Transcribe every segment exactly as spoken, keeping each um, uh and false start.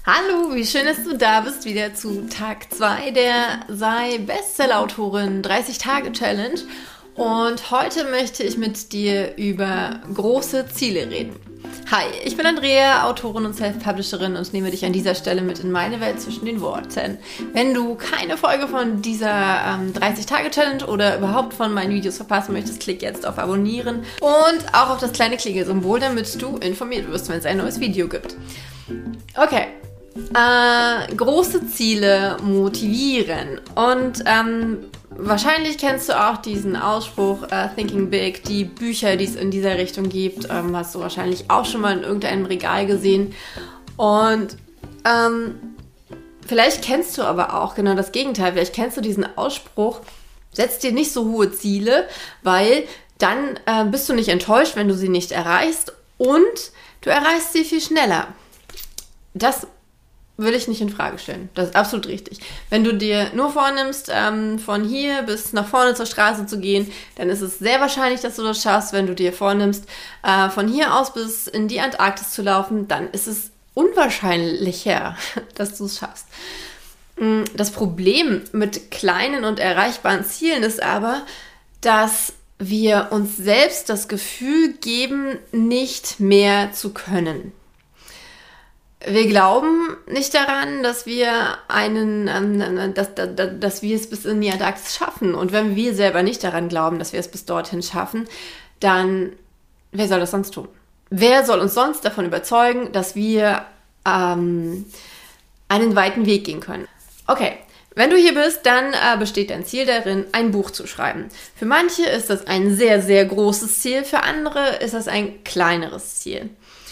Hallo, wie schön, dass du da bist, wieder zu Tag zwei der Sei Bestseller-Autorin dreißig Tage Challenge. Und heute möchte ich mit dir über große Ziele reden. Hi, ich bin Andrea, Autorin und Self-Publisherin und nehme dich an dieser Stelle mit in meine Welt zwischen den Worten. Wenn du keine Folge von dieser ähm, dreißig Tage Challenge oder überhaupt von meinen Videos verpassen möchtest, klick jetzt auf Abonnieren und auch auf das kleine Klingelsymbol, damit du informiert wirst, wenn es ein neues Video gibt. Okay. Äh, große Ziele motivieren. Und ähm, wahrscheinlich kennst du auch diesen Ausspruch uh, Thinking Big, die Bücher, die es in dieser Richtung gibt, ähm, hast du wahrscheinlich auch schon mal in irgendeinem Regal gesehen. Und ähm, vielleicht kennst du aber auch genau das Gegenteil. Vielleicht kennst du diesen Ausspruch, setz dir nicht so hohe Ziele, weil dann äh, bist du nicht enttäuscht, wenn du sie nicht erreichst und du erreichst sie viel schneller. Das will ich nicht in Frage stellen. Das ist absolut richtig. Wenn du dir nur vornimmst, ähm, von hier bis nach vorne zur Straße zu gehen, dann ist es sehr wahrscheinlich, dass du das schaffst. Wenn du dir vornimmst, äh, von hier aus bis in die Antarktis zu laufen, dann ist es unwahrscheinlicher, dass du es schaffst. Das Problem mit kleinen und erreichbaren Zielen ist aber, dass wir uns selbst das Gefühl geben, nicht mehr zu können. Wir glauben nicht daran, dass wir einen, ähm, dass, dass, dass wir es bis in die Antarktis schaffen. Und wenn wir selber nicht daran glauben, dass wir es bis dorthin schaffen, dann wer soll das sonst tun? Wer soll uns sonst davon überzeugen, dass wir ähm, einen weiten Weg gehen können? Okay, wenn du hier bist, dann äh, besteht dein Ziel darin, ein Buch zu schreiben. Für manche ist das ein sehr, sehr großes Ziel, für andere ist das ein kleineres Ziel.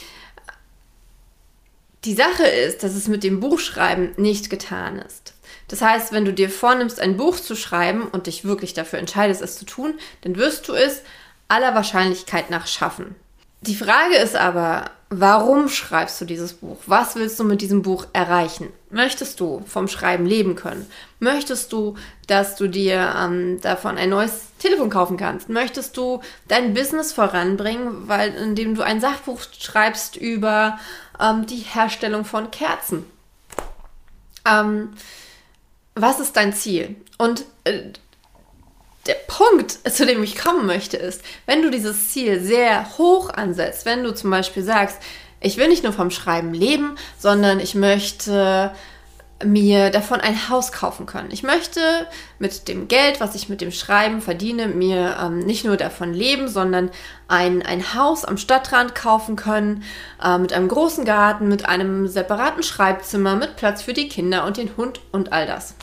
Die Sache ist, dass es mit dem Buchschreiben nicht getan ist. Das heißt, wenn du dir vornimmst, ein Buch zu schreiben und dich wirklich dafür entscheidest, es zu tun, dann wirst du es aller Wahrscheinlichkeit nach schaffen. Die Frage ist aber, warum schreibst du dieses Buch? Was willst du mit diesem Buch erreichen? Möchtest du vom Schreiben leben können? Möchtest du, dass du dir ähm, davon ein neues Telefon kaufen kannst? Möchtest du dein Business voranbringen, weil indem du ein Sachbuch schreibst über ähm, die Herstellung von Kerzen? Ähm, was ist dein Ziel? Und äh, der Punkt, zu dem ich kommen möchte, ist, wenn du dieses Ziel sehr hoch ansetzt, wenn du zum Beispiel sagst, ich will nicht nur vom Schreiben leben, sondern ich möchte mir davon ein Haus kaufen können. Ich möchte mit dem Geld, was ich mit dem Schreiben verdiene, mir ähm, nicht nur davon leben, sondern ein, ein Haus am Stadtrand kaufen können, äh, mit einem großen Garten, mit einem separaten Schreibzimmer, mit Platz für die Kinder und den Hund und all das.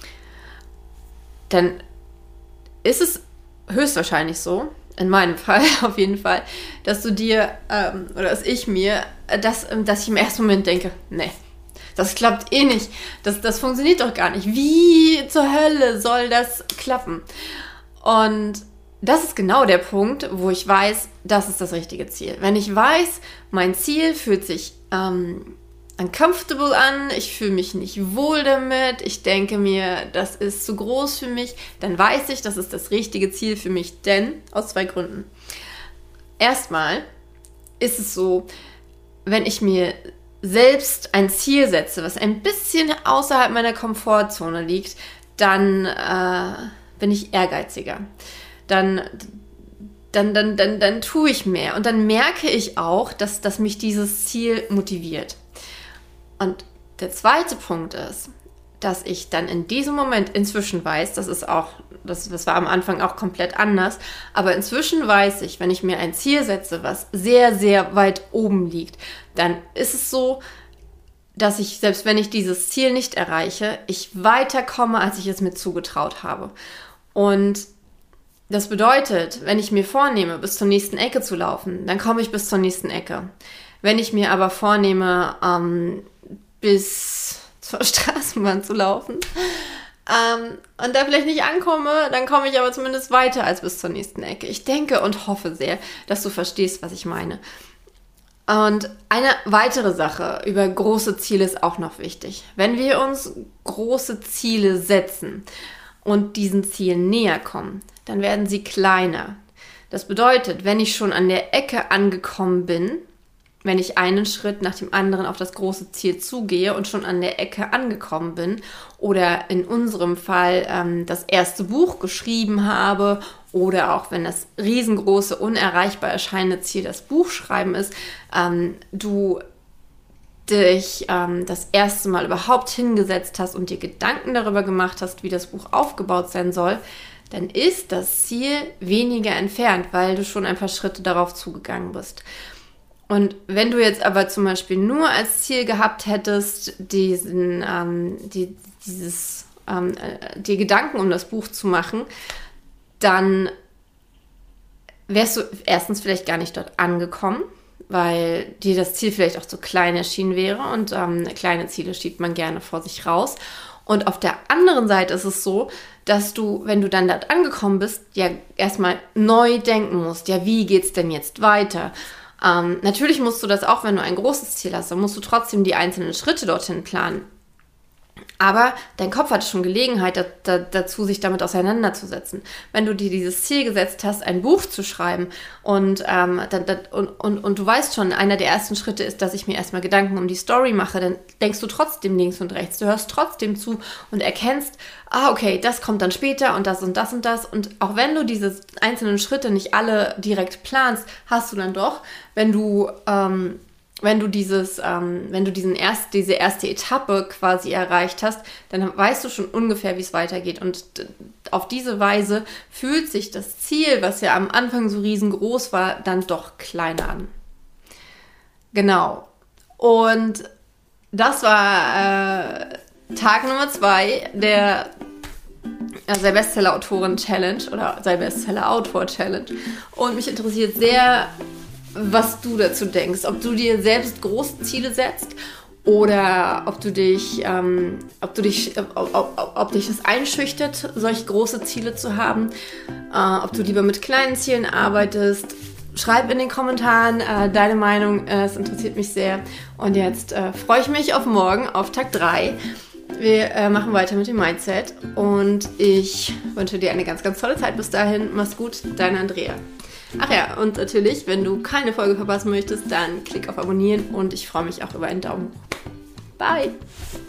Dann ist es höchstwahrscheinlich so, in meinem Fall auf jeden Fall, dass du dir, ähm, oder dass ich mir, dass, dass ich im ersten Moment denke, nee, das klappt eh nicht, das, das funktioniert doch gar nicht. Wie zur Hölle soll das klappen? Und das ist genau der Punkt, wo ich weiß, das ist das richtige Ziel. Wenn ich weiß, mein Ziel fühlt sich ähm, uncomfortable an, ich fühle mich nicht wohl damit, ich denke mir, das ist zu groß für mich, dann weiß ich, das ist das richtige Ziel für mich, denn aus zwei Gründen. Erstmal ist es so, wenn ich mir selbst ein Ziel setze, was ein bisschen außerhalb meiner Komfortzone liegt, dann äh, bin ich ehrgeiziger. Dann Dann, dann, dann, dann tue ich mehr und dann merke ich auch, dass, dass mich dieses Ziel motiviert. Und der zweite Punkt ist, dass ich dann in diesem Moment inzwischen weiß, das ist auch, das, das war am Anfang auch komplett anders, aber inzwischen weiß ich, wenn ich mir ein Ziel setze, was sehr, sehr weit oben liegt, dann ist es so, dass ich, selbst wenn ich dieses Ziel nicht erreiche, ich weiterkomme, als ich es mir zugetraut habe. Und das bedeutet, wenn ich mir vornehme, bis zur nächsten Ecke zu laufen, dann komme ich bis zur nächsten Ecke. Wenn ich mir aber vornehme, ähm, bis zur Straßenbahn zu laufen ähm, und da vielleicht nicht ankomme, dann komme ich aber zumindest weiter als bis zur nächsten Ecke. Ich denke und hoffe sehr, dass du verstehst, was ich meine. Und eine weitere Sache über große Ziele ist auch noch wichtig. Wenn wir uns große Ziele setzen und diesen Zielen näher kommen, dann werden sie kleiner. Das bedeutet, wenn ich schon an der Ecke angekommen bin, wenn ich einen Schritt nach dem anderen auf das große Ziel zugehe und schon an der Ecke angekommen bin oder in unserem Fall ähm, das erste Buch geschrieben habe oder auch wenn das riesengroße, unerreichbar erscheinende Ziel das Buchschreiben ist, ähm, du dich ähm, das erste Mal überhaupt hingesetzt hast und dir Gedanken darüber gemacht hast, wie das Buch aufgebaut sein soll, dann ist das Ziel weniger entfernt, weil du schon ein paar Schritte darauf zugegangen bist. Und wenn du jetzt aber zum Beispiel nur als Ziel gehabt hättest, diesen, ähm, die, dieses, ähm, äh, dir Gedanken um das Buch zu machen, dann wärst du erstens vielleicht gar nicht dort angekommen, weil dir das Ziel vielleicht auch zu klein erschienen wäre und ähm, kleine Ziele schiebt man gerne vor sich raus. Und auf der anderen Seite ist es so, dass du, wenn du dann dort angekommen bist, ja erstmal neu denken musst. Ja, wie geht's denn jetzt weiter? Ähm, natürlich musst du das auch, wenn du ein großes Ziel hast, dann musst du trotzdem die einzelnen Schritte dorthin planen. Aber dein Kopf hat schon Gelegenheit da, da, dazu, sich damit auseinanderzusetzen. Wenn du dir dieses Ziel gesetzt hast, ein Buch zu schreiben und, ähm, da, da, und, und, und du weißt schon, einer der ersten Schritte ist, dass ich mir erstmal Gedanken um die Story mache, dann denkst du trotzdem links und rechts. Du hörst trotzdem zu und erkennst, ah, okay, das kommt dann später und das und das und das. Und auch wenn du diese einzelnen Schritte nicht alle direkt planst, hast du dann doch, wenn du... Ähm, Wenn du dieses, ähm, wenn du diesen erst, diese erste Etappe quasi erreicht hast, dann weißt du schon ungefähr, wie es weitergeht. Und auf diese Weise fühlt sich das Ziel, was ja am Anfang so riesengroß war, dann doch kleiner an. Genau. Und das war äh, Tag Nummer zwei der äh, Sei Bestseller-Autorin-Challenge oder Sei Bestseller-Autor-Challenge. Und mich interessiert sehr, was du dazu denkst, ob du dir selbst große Ziele setzt oder ob du dich, ähm, ob du dich, ob, ob, ob dich das einschüchtert, solche große Ziele zu haben, äh, ob du lieber mit kleinen Zielen arbeitest. Schreib in den Kommentaren äh, deine Meinung, äh, es interessiert mich sehr. Und jetzt äh, freue ich mich auf morgen, auf Tag drei. Wir äh, machen weiter mit dem Mindset und ich wünsche dir eine ganz, ganz tolle Zeit bis dahin. Mach's gut, deine Andrea. Ach ja, und natürlich, wenn du keine Folge verpassen möchtest, dann klick auf Abonnieren und ich freue mich auch über einen Daumen hoch. Bye!